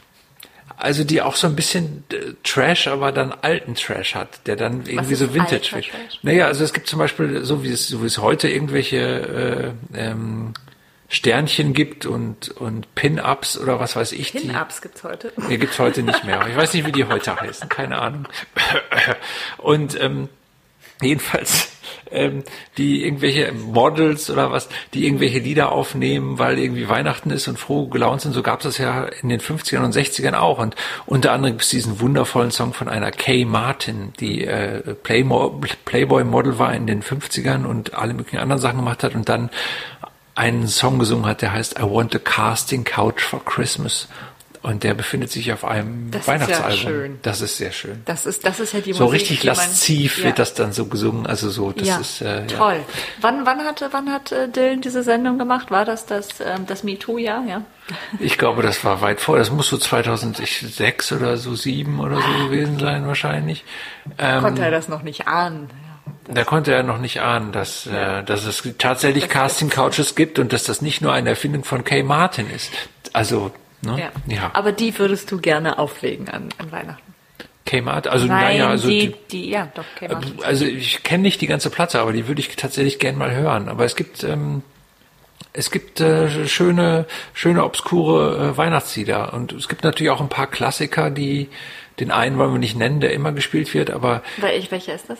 Trash, aber dann alten Trash hat, der dann irgendwie so Vintage wird. Naja, also es gibt zum Beispiel, so wie es heute irgendwelche Sternchen gibt und Pin-Ups oder was weiß ich. Pin-Ups gibt's heute? Nee, gibt's heute nicht mehr. Ich weiß nicht, wie die heute heißen. Keine Ahnung. Und jedenfalls die irgendwelche Models oder was, die irgendwelche Lieder aufnehmen, weil irgendwie Weihnachten ist und froh gelaunt sind. So gab es das ja in den 50ern und 60ern auch. Und unter anderem gibt es diesen wundervollen Song von einer Kay Martin, die Playboy-Model war in den 50ern und alle möglichen anderen Sachen gemacht hat und dann einen Song gesungen hat, der heißt I Want a Casting Couch for Christmas. Und der befindet sich auf einem Weihnachtsalbum. Ist ja schön. Das ist sehr schön. Das ist ja die Musik. So richtig lasziv wird das dann so gesungen. Also so, das ist toll. Wann hat Dylan diese Sendung gemacht? War das MeToo-Jahr? Ja. Ich glaube, das war weit vor. Das muss so 2006 oder so 2007 oder so gewesen sein wahrscheinlich. Konnte er das noch nicht ahnen? Da konnte er noch nicht ahnen, dass es tatsächlich Casting-Couches gibt und dass das nicht nur eine Erfindung von Kay Martin ist. Also, ne? Ja. Aber die würdest du gerne auflegen an Weihnachten? Kay Martin? Also, Kay Martin. Also, ich kenne nicht die ganze Platte, aber die würde ich tatsächlich gern mal hören. Aber es gibt schöne, obskure Weihnachtslieder. Und es gibt natürlich auch ein paar Klassiker, den einen wollen wir nicht nennen, der immer gespielt wird, aber... Welcher ist das?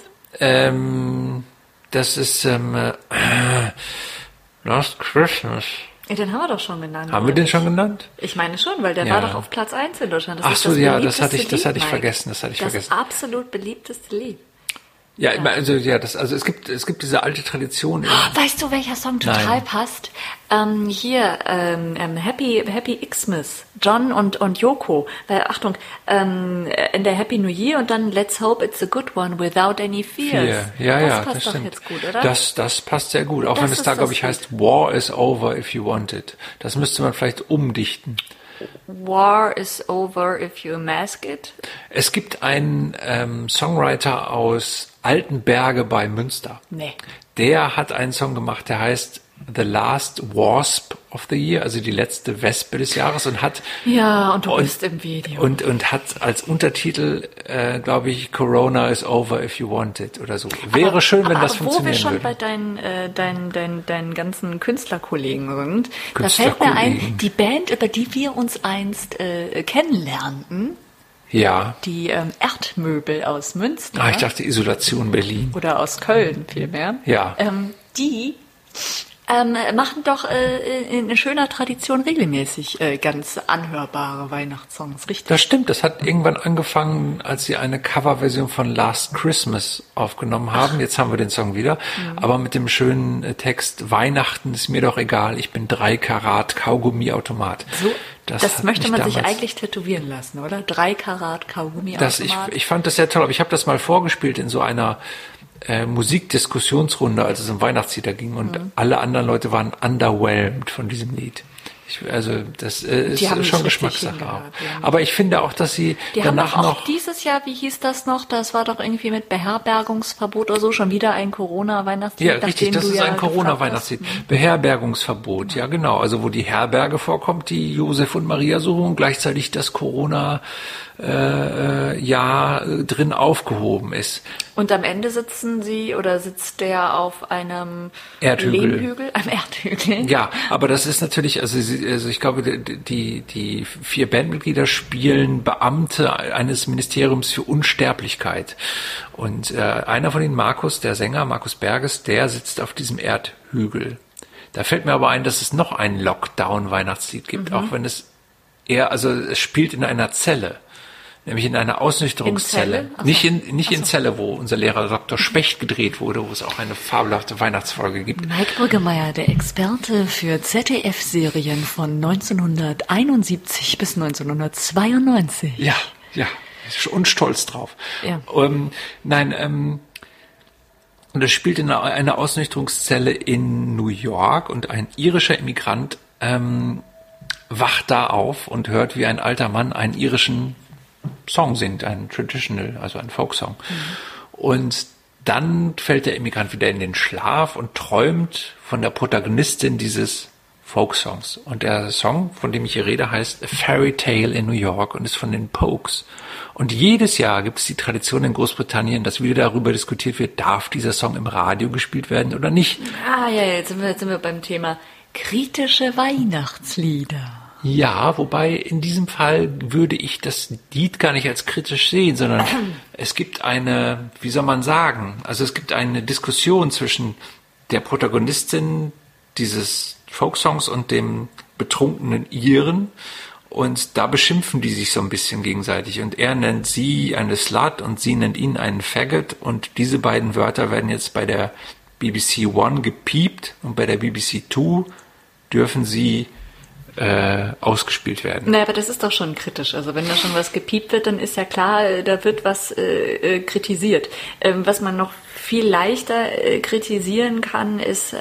Das ist Last Christmas. Ja, den haben wir doch schon genannt. Haben wir den schon genannt? Ich meine schon, weil der war doch auf Platz 1 in Deutschland. Das hatte ich vergessen. Das absolut beliebteste Lied. Ja, also es gibt diese alte Tradition. Weißt du, welcher Song total passt? Happy Xmas, John und Yoko. Achtung, in der Happy New Year und dann Let's Hope It's a Good One Without Any Fears. Das passt doch stimmt. Jetzt gut, oder? Das passt sehr gut. Auch wenn es da, glaube ich, heißt War is over if you want it. Das müsste man vielleicht umdichten. War is over if you mask it. Es gibt einen Songwriter aus Altenberge bei Münster. Nee. Der hat einen Song gemacht, der heißt The Last Wasp of the Year, also die letzte Wespe des Jahres und hat und du bist im Video. Und hat als Untertitel, glaube ich, Corona is over if you want it oder so. Wäre schön, wenn das funktionieren würde. Wo wir schon bei deinen ganzen Künstlerkollegen sind, da fällt mir ein, die Band, über die wir uns einst kennenlernten, ja. Die Erdmöbel aus Münster. Ich dachte Isolation Berlin. Oder aus Köln vielmehr. Ja. Die machen doch in schöner Tradition regelmäßig ganz anhörbare Weihnachtssongs, richtig? Das stimmt, das hat irgendwann angefangen, als sie eine Coverversion von Last Christmas aufgenommen haben. Jetzt haben wir den Song wieder, aber mit dem schönen Text, Weihnachten ist mir doch egal, ich bin 3 Karat Kaugummiautomat. So, das möchte man sich eigentlich tätowieren lassen, oder? 3 Karat Kaugummiautomat. Ich fand das sehr toll, aber ich habe das mal vorgespielt in so einer Musikdiskussionsrunde, als es um Weihnachtslieder ging und alle anderen Leute waren underwhelmed von diesem Lied. Das ist schon Geschmackssache. Ja. Aber ich finde auch, dass sie danach haben auch noch dieses Jahr, wie hieß das noch? Das war doch irgendwie mit Beherbergungsverbot oder so, schon wieder ein Corona-Weihnachtslied. Ja, richtig, das ist ein Corona-Weihnachtslied. Beherbergungsverbot, ja genau. Also wo die Herberge vorkommt, die Josef und Maria suchen und gleichzeitig das Corona drin aufgehoben ist. Und am Ende sitzt der auf einem Erdhügel. Einem Erdhügel. Ja, aber das ist natürlich, also ich glaube, die 4 Bandmitglieder spielen Beamte eines Ministeriums für Unsterblichkeit. Und einer von denen, Markus, der Sänger, Markus Berges, der sitzt auf diesem Erdhügel. Da fällt mir aber ein, dass es noch ein Lockdown-Weihnachtslied gibt, auch wenn es es spielt in einer Zelle. Nämlich in einer Ausnüchterungszelle. Nicht in Celle, wo unser Lehrer Dr. Specht gedreht wurde, wo es auch eine fabelhafte Weihnachtsfolge gibt. Mike Brüggemeier, der Experte für ZDF-Serien von 1971 bis 1992. Ja, und stolz drauf. Ja. Und das spielt in einer Ausnüchterungszelle in New York und ein irischer Immigrant wacht da auf und hört, wie ein alter Mann einen irischen Song singt, ein Traditional, also ein Folksong. Und dann fällt der Immigrant wieder in den Schlaf und träumt von der Protagonistin dieses Folksongs. Und der Song, von dem ich hier rede, heißt A Fairy Tale in New York und ist von den Pogues. Und jedes Jahr gibt es die Tradition in Großbritannien, dass wieder darüber diskutiert wird, darf dieser Song im Radio gespielt werden oder nicht. Jetzt sind wir beim Thema kritische Weihnachtslieder. Ja, wobei in diesem Fall würde ich das Lied gar nicht als kritisch sehen, sondern es gibt eine, wie soll man sagen, also es gibt eine Diskussion zwischen der Protagonistin dieses Folksongs und dem betrunkenen Iren und da beschimpfen die sich so ein bisschen gegenseitig und er nennt sie eine Slut und sie nennt ihn einen Faggot und diese beiden Wörter werden jetzt bei der BBC One gepiept und bei der BBC Two dürfen sie ausgespielt werden. Naja, aber das ist doch schon kritisch. Also wenn da schon was gepiept wird, dann ist ja klar, da wird was kritisiert. Was man noch viel leichter kritisieren kann, ist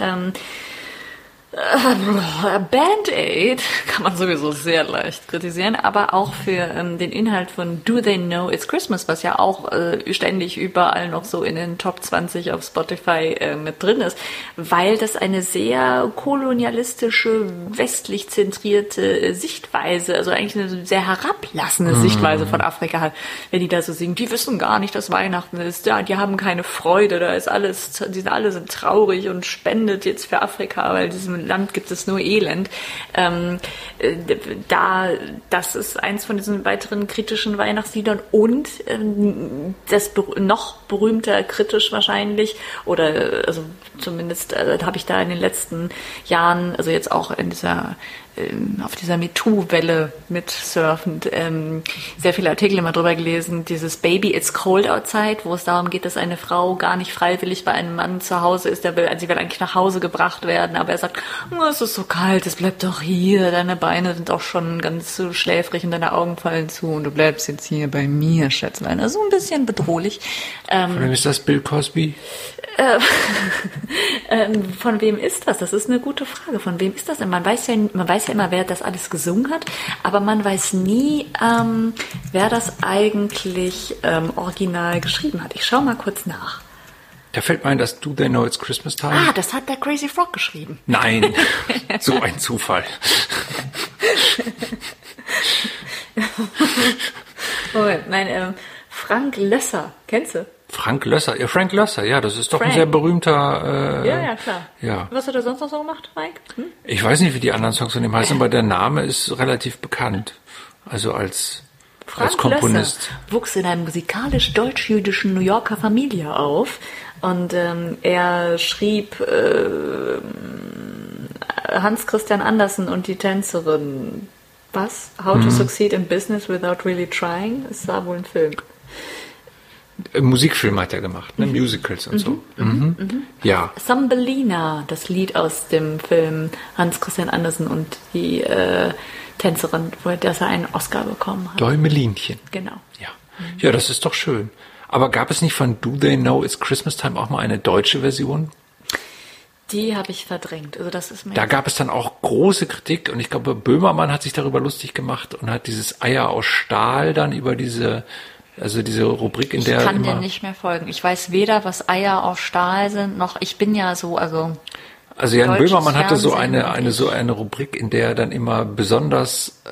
Band-Aid kann man sowieso sehr leicht kritisieren, aber auch für den Inhalt von Do They Know It's Christmas, was ja auch ständig überall noch so in den Top 20 auf Spotify mit drin ist, weil das eine sehr kolonialistische, westlich zentrierte Sichtweise, also eigentlich eine sehr herablassende Sichtweise von Afrika hat, wenn die da so singen, die wissen gar nicht, dass Weihnachten ist, ja, die haben keine Freude, da ist alles, alle sind traurig und spendet jetzt für Afrika, weil diesem Land gibt es nur Elend. Das ist eins von diesen weiteren kritischen Weihnachtsliedern und das noch berühmter kritisch wahrscheinlich oder also zumindest habe ich da in den letzten Jahren, also jetzt auch in auf dieser MeToo-Welle mitsurfend, sehr viele Artikel immer drüber gelesen, dieses Baby It's Cold Outside, wo es darum geht, dass eine Frau gar nicht freiwillig bei einem Mann zu Hause ist, sie will eigentlich nach Hause gebracht werden, aber er sagt, oh, es ist so kalt, es bleibt doch hier, deine Beine sind auch schon ganz so schläfrig und deine Augen fallen zu und du bleibst jetzt hier bei mir, Schätzlein. Also ein bisschen bedrohlich. Von wem ist das, Bill Cosby? Von wem ist das? Das ist eine gute Frage. Von wem ist das denn? Man weiß ja immer, wer das alles gesungen hat, aber man weiß nie, wer das eigentlich original geschrieben hat. Ich schaue mal kurz nach. Da fällt mir ein, dass Do They Know It's Christmas Time? Ah, das hat der Crazy Frog geschrieben. Nein, so ein Zufall. Moment, nein, Frank Lösser, kennst du? Frank Lösser, ja, das ist doch ein Frank. sehr berühmter... Ja, klar. Ja. Was hat er sonst noch so gemacht, Mike? Ich weiß nicht, wie die anderen Songs von ihm heißen, aber der Name ist relativ bekannt. Also als Komponist. Lösser wuchs in einer musikalisch deutsch-jüdischen New Yorker Familie auf und er schrieb Hans Christian Andersen und die Tänzerin. Was? How to Succeed in Business Without Really Trying? Es war wohl ein Film. Musikfilm hat er gemacht, ne? Musicals und so. Ja. Thumbelina, das Lied aus dem Film Hans Christian Andersen und die Tänzerin, wo er einen Oscar bekommen hat. Däumelinchen. Genau. Ja. Ja, das ist doch schön. Aber gab es nicht von Do They Know It's Christmas Time auch mal eine deutsche Version? Die habe ich verdrängt. Also das ist mir Da gab es dann auch große Kritik und ich glaube, Böhmermann hat sich darüber lustig gemacht und hat dieses Eier aus Stahl dann über diese Rubrik, in der ich kann immer... dir nicht mehr folgen. Ich weiß weder, was Eier aus Stahl sind, noch ich bin ja so, also Jan deutsches Böhmermann hatte so Fernsehen eine Rubrik, in der er dann immer besonders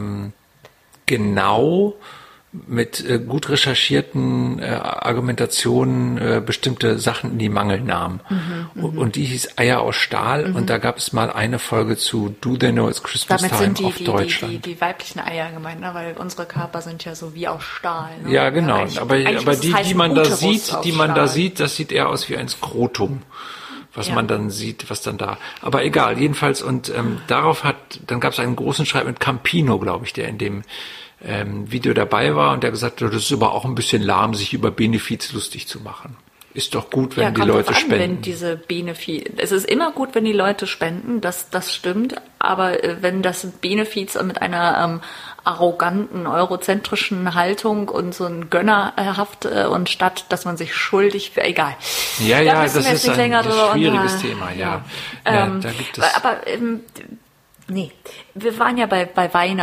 genau mit gut recherchierten Argumentationen bestimmte Sachen in die Mangel nahm. Und die hieß Eier aus Stahl und da gab es mal eine Folge zu Do They Know It's Christmas damit Time sind auf Deutschland. die weiblichen Eier gemeint, ne? Weil unsere Körper sind ja so wie aus Stahl. Ne? Ja, genau. Eigentlich Aber muss es heißen, die man da Uterus sieht, aus die man da Stahl. sieht, das sieht eher aus wie ein Skrotum. Was Ja. man dann sieht, was dann da. Aber egal, jedenfalls. Und dann gab es einen großen Streit mit Campino, glaube ich, der in dem Video dabei war und der gesagt hat, das ist aber auch ein bisschen lahm, sich über Benefiz lustig zu machen. Ist doch gut, wenn die kommt Leute drauf an, spenden. Wenn diese Benefiz, es ist immer gut, wenn die Leute spenden, das stimmt, aber wenn das Benefiz mit einer arroganten, eurozentrischen Haltung und so ein Gönnerhaft und statt, dass man sich schuldig, egal. Ja, Da müssen das wir jetzt ist nicht länger ein drüber schwieriges unterhalten. Thema, ja. Da gibt es. Aber nee, wir waren ja bei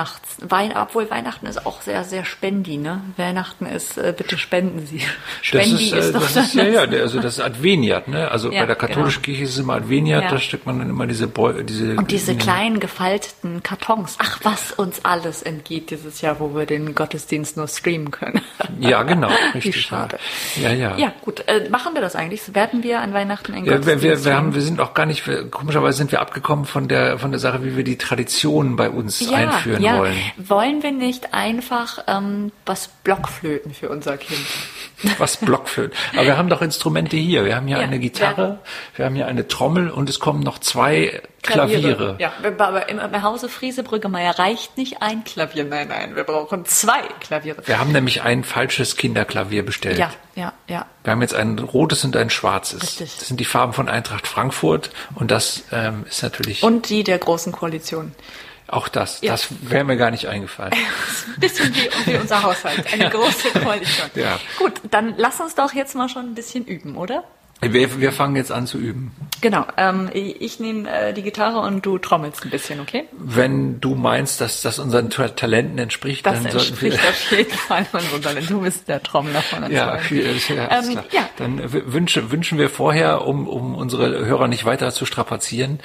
obwohl Weihnachten ist auch sehr, sehr spendi, ne? Weihnachten ist, bitte spenden Sie. Spendi ist doch das ist Adveniat, ne? Also Ja, bei der katholischen genau. Kirche ist es immer Adveniat, Ja. da steckt man dann immer diese Und diese kleinen gefalteten Kartons. Ach, was uns alles entgeht dieses Jahr, wo wir den Gottesdienst nur streamen können. Ja, genau, richtig. Wie schade. Ja. Ja, gut. Machen wir das eigentlich? Werden wir an Weihnachten einen Ja, Gottesdienst wir sind auch gar nicht, komischerweise sind wir abgekommen von der Sache, wie wir die Traditionen bei uns einführen wollen. Wollen wir nicht einfach was Blockflöten für unser Kind? Was Blockflöten. Aber wir haben doch Instrumente hier. Wir haben hier eine Gitarre, wir haben hier eine Trommel und es kommen noch 2 Klaviere. Ja, aber im Hause Friese-Brüggemeier reicht nicht ein Klavier. Nein, wir brauchen 2 Klaviere. Wir haben nämlich ein falsches Kinderklavier bestellt. Ja. Wir haben jetzt ein rotes und ein schwarzes. Richtig. Das sind die Farben von Eintracht Frankfurt und das ist natürlich... Und die der Großen Koalition. Auch das. Ja. Das wäre mir gar nicht eingefallen. Ein bisschen wie unser Haushalt. Eine große Koalition. Ja. Gut, dann lass uns doch jetzt mal schon ein bisschen üben, oder? Wir fangen jetzt an zu üben. Genau. Ich nehme die Gitarre und du trommelst ein bisschen, okay? Wenn du meinst, dass das unseren Talenten entspricht, Das dann sollten wir... entspricht auf jeden Fall unseren Talenten. Du bist der Trommler von uns. Ja, beiden. ist klar. Ja. Dann wünschen wir vorher, um unsere Hörer nicht weiter zu strapazieren,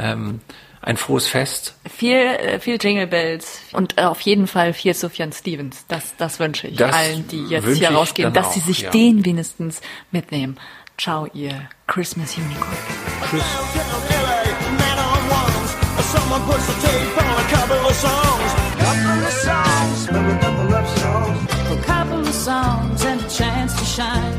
ein frohes Fest. Viel Jingle Bells und auf jeden Fall viel Sufjan Stevens. Das wünsche ich Das allen, die jetzt wünsche hier ich rausgehen, dann dass sie auch, sich ja. den wenigstens mitnehmen. Ciao, ihr Christmas Unicorn. Someone puts the tape on a couple of songs. Couple of songs, maybe a couple of songs. A couple of songs and a chance to shine.